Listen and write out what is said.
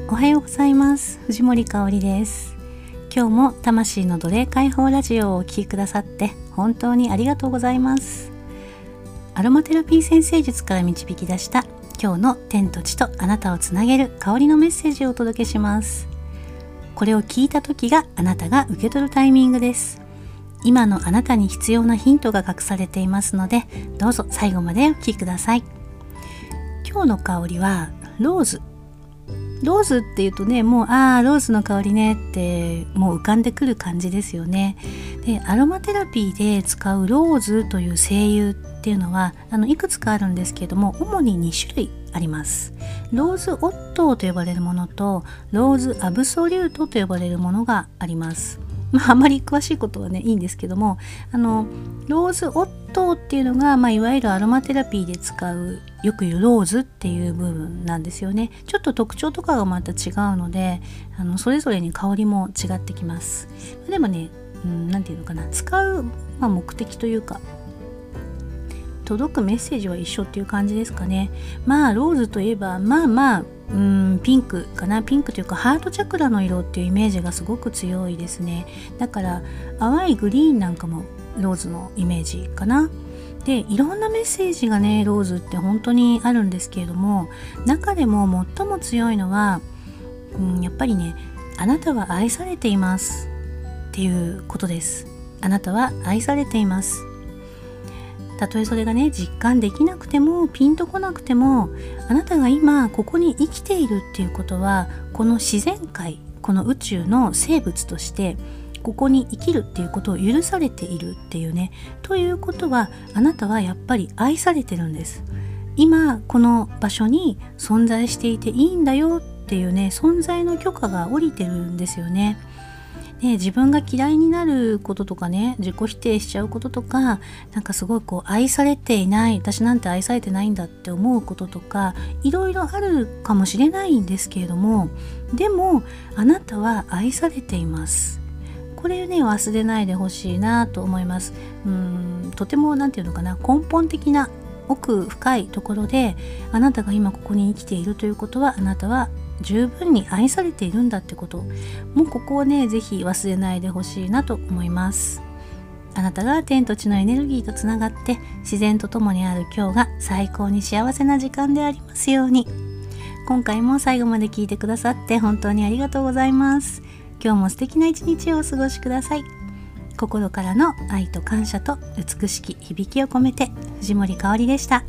おはようございます。藤森かおりです。今日も魂の奴隷解放ラジオをお聴きくださって本当にありがとうございます。アロマテラピー先生術から導き出した今日の天と地とあなたをつなげる香りのメッセージをお届けします。これを聞いた時があなたが受け取るタイミングです。今のあなたに必要なヒントが隠されていますので、どうぞ最後までお聞きください。今日の香りはローズっていうとね、もうローズの香りねってもう浮かんでくる感じですよね。で、アロマテラピーで使うローズという精油っていうのはいくつかあるんですけれども、主に2種類あります。ローズオットーと呼ばれるものとローズアブソリュートと呼ばれるものがあります。あまり詳しいことはねいいんですけども、ローズオットーっていうのが、いわゆるアロマテラピーで使うよく言うローズっていう部分なんですよね。ちょっと特徴とかがまた違うので、それぞれに香りも違ってきます。でもね、なんていうのかな、使う、目的というか届くメッセージは一緒っていう感じですかね。ローズといえばピンクかな。ピンクというかハートチャクラの色っていうイメージがすごく強いですね。だから淡いグリーンなんかもローズのイメージかな。で、いろんなメッセージがねローズって本当にあるんですけれども、中でも最も強いのは、やっぱりね、あなたは愛されていますっていうことです。あなたは愛されています。たとえそれがね実感できなくてもピンとこなくても、あなたが今ここに生きているっていうことは、この自然界、この宇宙の生物としてここに生きるっていうことを許されているっていうね、ということはあなたはやっぱり愛されてるんです。今この場所に存在していていいんだよっていうね、存在の許可が下りてるんですよね。自分が嫌いになることとかね、自己否定しちゃうこととか、なんかすごい愛されていない、私なんて愛されてないんだって思うこととか、いろいろあるかもしれないんですけれども、でもあなたは愛されています。これね忘れないでほしいなと思います。とてもなんていうのかな、根本的な奥深いところで、あなたが今ここに生きているということは、あなたは十分に愛されているんだってこと、もうここをねぜひ忘れないでほしいなと思います。あなたが天と地のエネルギーとつながって自然と共にある今日が最高に幸せな時間でありますように。今回も最後まで聞いてくださって本当にありがとうございます。今日も素敵な一日をお過ごしください。心からの愛と感謝と美しき響きを込めて、藤森かおりでした。